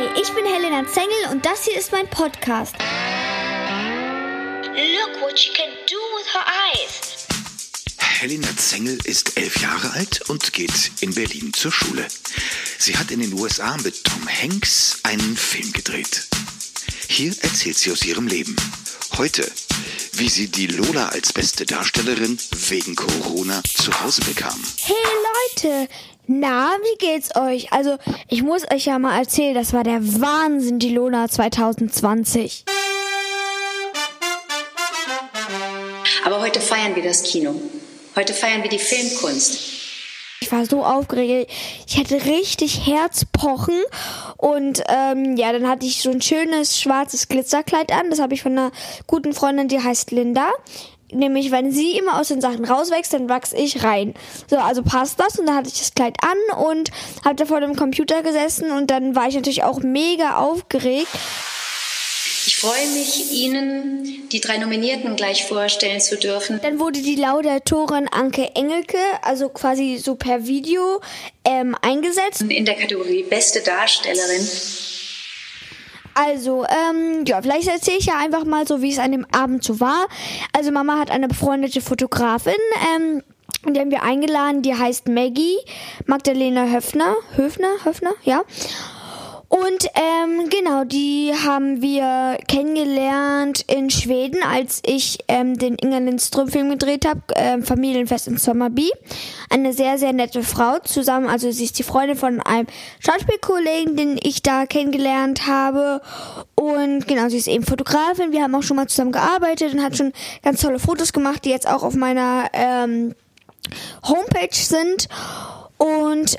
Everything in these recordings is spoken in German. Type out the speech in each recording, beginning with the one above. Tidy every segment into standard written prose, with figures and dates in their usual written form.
ich bin Helena Zengel und das hier ist mein Podcast. Look what she can do with her eyes. Helena Zengel ist 11 Jahre alt und geht in Berlin zur Schule. Sie hat in den USA mit Tom Hanks einen Film gedreht. Hier erzählt sie aus ihrem Leben. Heute, wie sie die Lola als beste Darstellerin wegen Corona zu Hause bekam. Hey Leute, na, wie geht's euch? Also, ich muss euch ja mal erzählen, das war der Wahnsinn, die Lola 2020. Aber heute feiern wir das Kino. Heute feiern wir die Filmkunst. Ich war so aufgeregt. Ich hatte richtig Herzpochen. Und dann hatte ich so ein schönes schwarzes Glitzerkleid an. Das habe ich von einer guten Freundin, die heißt Linda. Nämlich, wenn sie immer aus den Sachen rauswächst, dann wachse ich rein. So, also passt das. Und dann hatte ich das Kleid an und habe da vor dem Computer gesessen. Und dann war ich natürlich auch mega aufgeregt. Ich freue mich, Ihnen die 3 Nominierten gleich vorstellen zu dürfen. Dann wurde die Laudatorin Anke Engelke, also quasi so per Video, eingesetzt. In der Kategorie Beste Darstellerin. Also, vielleicht erzähle ich ja einfach mal so, wie es an dem Abend so war. Also Mama hat eine befreundete Fotografin, die haben wir eingeladen, die heißt Magdalena Höfner, ja. Und die haben wir kennengelernt in Schweden, als ich den Inga Lindström-Film gedreht habe, Familienfest in Sommarby. Eine sehr, sehr nette Frau zusammen, also sie ist die Freundin von einem Schauspielkollegen, den ich da kennengelernt habe. Und genau, sie ist eben Fotografin, wir haben auch schon mal zusammen gearbeitet und hat schon ganz tolle Fotos gemacht, die jetzt auch auf meiner Homepage sind. Und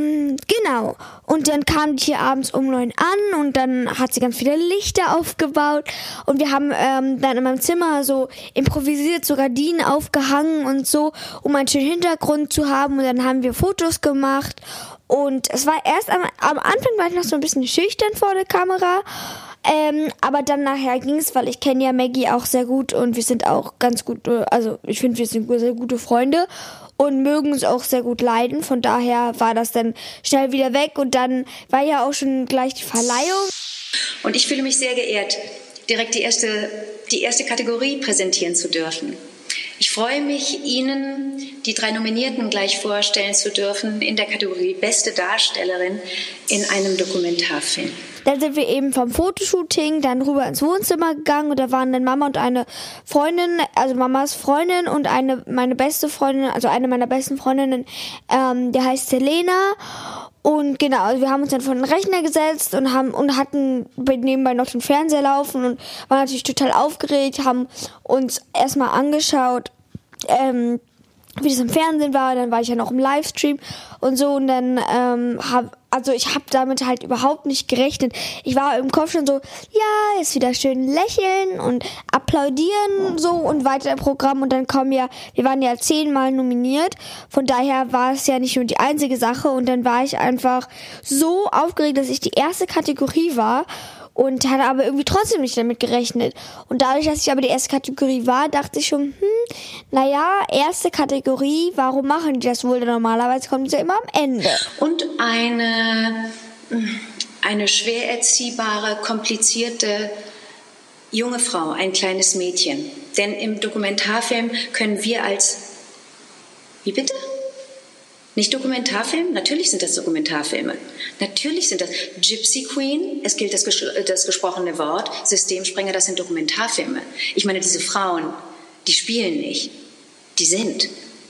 und dann kam die hier abends um 9 an und dann hat sie ganz viele Lichter aufgebaut und wir haben dann in meinem Zimmer so improvisiert, so Gardinen aufgehangen und so, um einen schönen Hintergrund zu haben, und dann haben wir Fotos gemacht und es war erst am Anfang war ich noch so ein bisschen schüchtern vor der Kamera, aber dann nachher ging's, weil ich kenne ja Maggie auch sehr gut und wir sind auch ganz gut, also ich finde, wir sind sehr gute Freunde und mögen uns auch sehr gut leiden. Von daher war das dann schnell wieder weg und dann war ja auch schon gleich die Verleihung. Und ich fühle mich sehr geehrt, direkt die erste Kategorie präsentieren zu dürfen. Ich freue mich, Ihnen die 3 Nominierten gleich vorstellen zu dürfen in der Kategorie Beste Darstellerin in einem Dokumentarfilm. Dann sind wir eben vom Fotoshooting dann rüber ins Wohnzimmer gegangen und da waren dann Mama und eine Freundin, also Mamas Freundin und meine beste Freundin, also eine meiner besten Freundinnen, die heißt Selena. Und genau, also wir haben uns dann vor den Rechner gesetzt und hatten nebenbei noch den Fernseher laufen und waren natürlich total aufgeregt, haben uns erstmal angeschaut, wie das im Fernsehen war. Dann war ich ja noch im Livestream und so und dann ich habe damit halt überhaupt nicht gerechnet. Ich war im Kopf schon so, ja, jetzt wieder schön lächeln und applaudieren so und weiter im Programm und dann wir waren ja 10-mal nominiert, von daher war es ja nicht nur die einzige Sache und dann war ich einfach so aufgeregt, dass ich die erste Kategorie war und hatte aber irgendwie trotzdem nicht damit gerechnet. Und dadurch, dass ich aber die erste Kategorie war, dachte ich schon, erste Kategorie, warum machen die das wohl? Normalerweise kommt es ja immer am Ende. Und eine schwer erziehbare, komplizierte junge Frau, ein kleines Mädchen. Denn im Dokumentarfilm können wir Wie bitte? Nicht Dokumentarfilm? Natürlich sind das Dokumentarfilme. Natürlich sind das Gypsy Queen, es gilt das gesprochene Wort, Systemsprenger, das sind Dokumentarfilme. Ich meine, diese Frauen, die spielen nicht, die sind.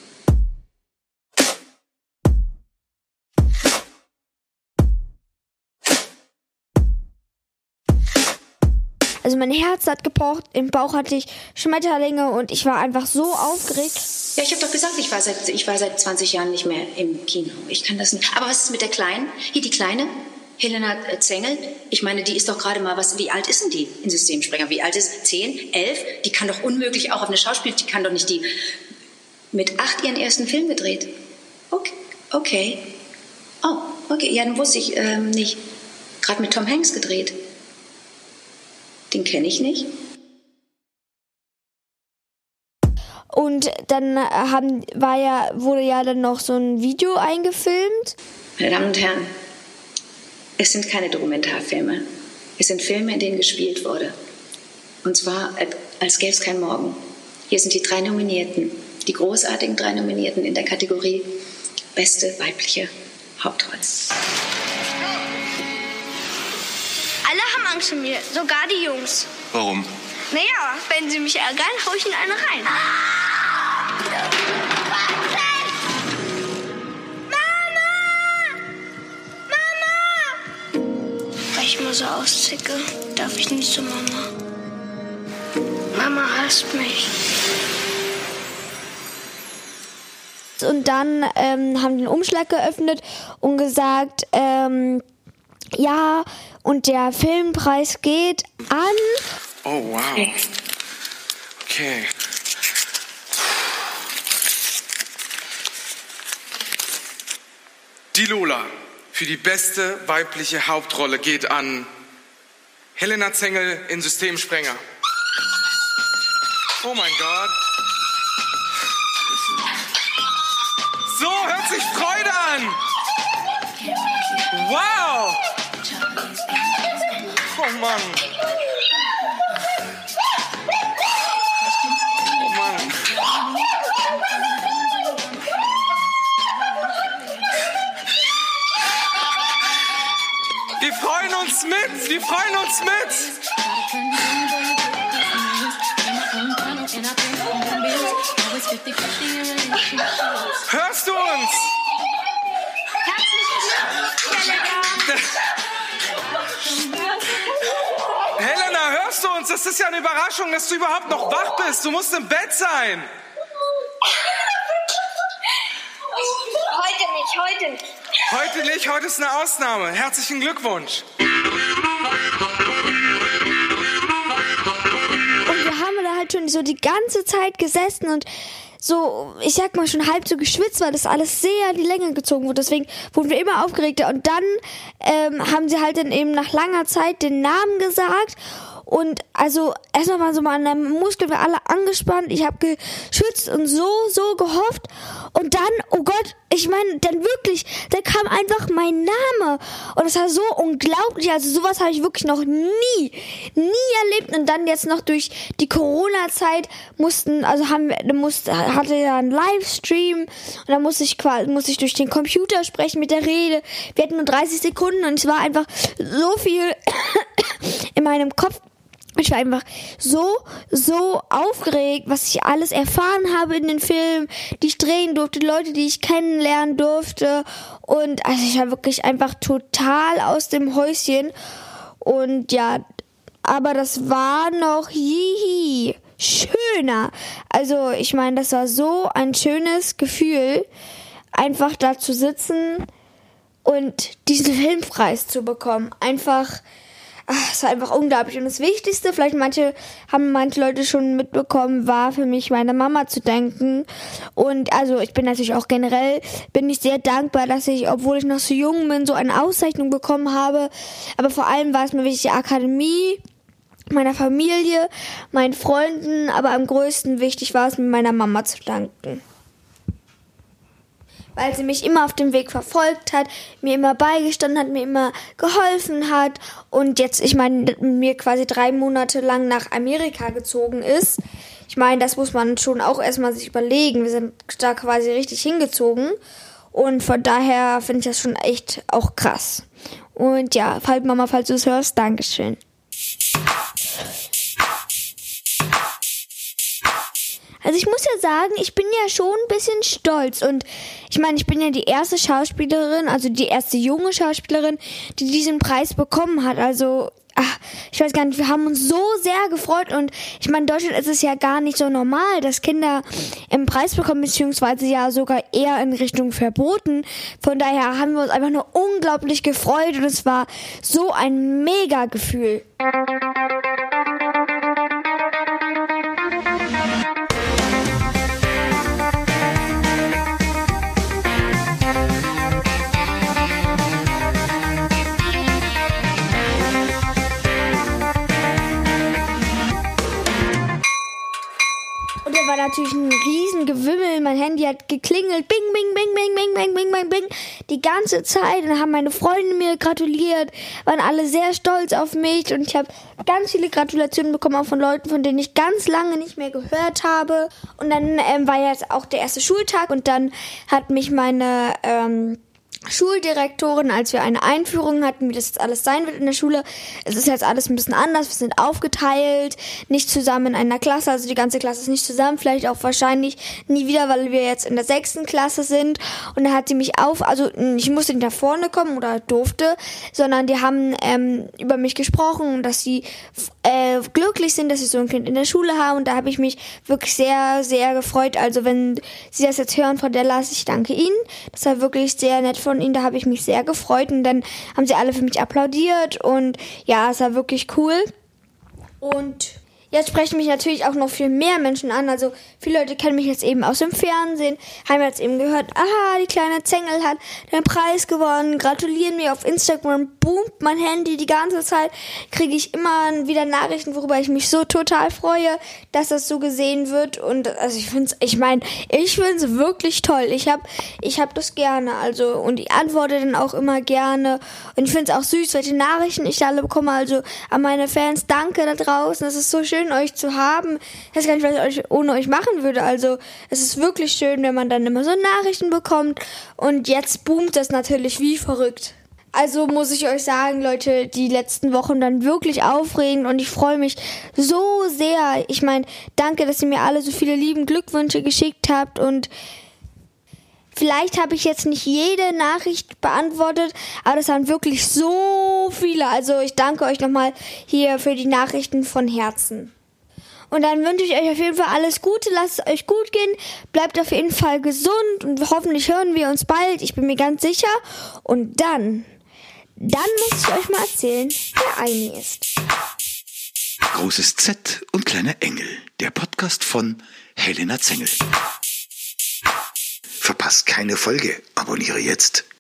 Also mein Herz hat gepocht, im Bauch hatte ich Schmetterlinge und ich war einfach so aufgeregt. Ja, ich habe doch gesagt, ich war seit 20 Jahren nicht mehr im Kino. Ich kann das nicht. Aber was ist mit der Kleinen? Hier, die Kleine, Helena Zengel. Ich meine, die ist doch gerade mal wie alt ist denn die in Systemsprenger? Wie alt ist sie? 10, 11? Die kann doch unmöglich auch auf eine die kann doch nicht mit 8 ihren ersten Film gedreht. Okay. Oh, okay. Ja, dann wusste ich nicht. Gerade mit Tom Hanks gedreht. Den kenne ich nicht. Und dann wurde ja dann noch so ein Video eingefilmt. Meine Damen und Herren, Es sind keine Dokumentarfilme. Es sind Filme, in denen gespielt wurde. Und zwar, als gäbe es keinen Morgen. Hier sind die 3 Nominierten, die großartigen 3 Nominierten in der Kategorie Beste weibliche Hauptrolle. Alle haben Angst vor mir, sogar die Jungs. Warum? Naja, wenn sie mich ärgern, hau ich in eine rein. Weil ich immer so auszicke, darf ich nicht zu Mama. Mama hasst mich. Und dann haben den Umschlag geöffnet und gesagt, ja, und der Filmpreis geht an... Oh, wow. Okay. Die Lola für die beste weibliche Hauptrolle geht an Helena Zengel in Systemsprenger. Oh mein Gott. So hört sich Freude an. Wow. Oh Mann. Oh Mann. Wir freuen uns mit. Wir freuen uns mit. Hörst du uns? Helena, hörst du uns? Das ist ja eine Überraschung, dass du überhaupt noch wach bist. Du musst im Bett sein. Heute nicht. Heute nicht, heute ist eine Ausnahme. Herzlichen Glückwunsch. Und wir haben da halt schon so die ganze Zeit gesessen und so, ich sag mal, schon halb so geschwitzt, weil das alles sehr in die Länge gezogen wurde. Deswegen wurden wir immer aufgeregter. Und dann haben sie halt dann eben nach langer Zeit den Namen gesagt. Und also erstmal waren so meine Muskeln wir alle angespannt. Ich habe geschwitzt und so gehofft. Und dann, oh Gott, ich meine, dann wirklich, da kam einfach mein Name. Und das war so unglaublich. Also sowas habe ich wirklich noch nie erlebt. Und dann jetzt noch durch die Corona-Zeit hatte ja einen Livestream. Und dann musste ich durch den Computer sprechen mit der Rede. Wir hatten nur 30 Sekunden und es war einfach so viel in meinem Kopf. Ich war einfach so aufgeregt, was ich alles erfahren habe in den Filmen, die ich drehen durfte, die Leute, die ich kennenlernen durfte. Und also ich war wirklich einfach total aus dem Häuschen. Und ja, aber das war noch schöner. Also ich meine, das war so ein schönes Gefühl, einfach da zu sitzen und diesen Filmpreis zu bekommen. Es war einfach unglaublich. Und das Wichtigste, vielleicht haben manche Leute schon mitbekommen, war für mich meine Mama zu danken. Und also ich bin natürlich auch generell, sehr dankbar, dass ich, obwohl ich noch so jung bin, so eine Auszeichnung bekommen habe. Aber vor allem war es mir wichtig, die Akademie, meiner Familie, meinen Freunden, aber am größten wichtig war es, mir meiner Mama zu danken. Weil sie mich immer auf dem Weg verfolgt hat, mir immer beigestanden hat, mir immer geholfen hat und jetzt, ich meine, mir quasi 3 Monate lang nach Amerika gezogen ist. Ich meine, das muss man schon auch erstmal sich überlegen. Wir sind da quasi richtig hingezogen und von daher finde ich das schon echt auch krass. Und ja, Mama, falls du es hörst, Dankeschön. Also ich muss ja sagen, ich bin ja schon ein bisschen stolz und ich meine, ich bin ja die erste Schauspielerin, also die erste junge Schauspielerin, die diesen Preis bekommen hat. Also, ich weiß gar nicht, wir haben uns so sehr gefreut und ich meine, in Deutschland ist es ja gar nicht so normal, dass Kinder einen Preis bekommen, beziehungsweise ja sogar eher in Richtung verboten. Von daher haben wir uns einfach nur unglaublich gefreut und es war so ein mega Gefühl. natürlich ein riesen Gewimmel. Mein Handy hat geklingelt. Bing, bing, bing, bing, bing, bing, bing, bing, bing. Die ganze Zeit. Und dann haben meine Freunde mir gratuliert. Waren alle sehr stolz auf mich. Und ich habe ganz viele Gratulationen bekommen, auch von Leuten, von denen ich ganz lange nicht mehr gehört habe. Und dann war jetzt auch der erste Schultag. Und dann hat mich meine Schuldirektorin, als wir eine Einführung hatten, wie das jetzt alles sein wird in der Schule. Es ist jetzt alles ein bisschen anders, wir sind aufgeteilt, nicht zusammen in einer Klasse, also die ganze Klasse ist nicht zusammen, vielleicht auch wahrscheinlich nie wieder, weil wir jetzt in der 6. Klasse sind. Und da hat sie mich also ich musste nicht nach vorne kommen oder durfte, sondern die haben über mich gesprochen, dass sie glücklich sind, dass sie so ein Kind in der Schule haben. Und da habe ich mich wirklich sehr, sehr gefreut. Also wenn Sie das jetzt hören, Frau Dellas, ich danke Ihnen. Das war wirklich sehr nett von Ihnen, da habe ich mich sehr gefreut. Und dann haben sie alle für mich applaudiert. Und ja, es war wirklich cool. Und jetzt sprechen mich natürlich auch noch viel mehr Menschen an. Also viele Leute kennen mich jetzt eben aus dem Fernsehen, haben jetzt eben gehört, aha, die kleine Zengel hat den Preis gewonnen, gratulieren mir auf Instagram, boomt mein Handy die ganze Zeit, kriege ich immer wieder Nachrichten, worüber ich mich so total freue, dass das so gesehen wird. Und also ich finde es wirklich toll. Ich hab das gerne, also, und ich antworte dann auch immer gerne. Und ich finde es auch süß, welche Nachrichten ich da alle bekomme. Also an meine Fans, danke da draußen, das ist so schön, euch zu haben. Ich weiß gar nicht, was ich ohne euch machen würde. Also es ist wirklich schön, wenn man dann immer so Nachrichten bekommt. Und jetzt boomt das natürlich wie verrückt. Also muss ich euch sagen, Leute, die letzten Wochen dann wirklich aufregend und ich freue mich so sehr. Ich meine, danke, dass ihr mir alle so viele lieben Glückwünsche geschickt habt und vielleicht habe ich jetzt nicht jede Nachricht beantwortet, aber das waren wirklich so viele. Also ich danke euch nochmal hier für die Nachrichten von Herzen. Und dann wünsche ich euch auf jeden Fall alles Gute, lasst es euch gut gehen, bleibt auf jeden Fall gesund und hoffentlich hören wir uns bald, ich bin mir ganz sicher. Und dann muss ich euch mal erzählen, wer Aini ist. Großes Z und kleiner Engel, der Podcast von Helena Zengel. Verpasst keine Folge, abonniere jetzt.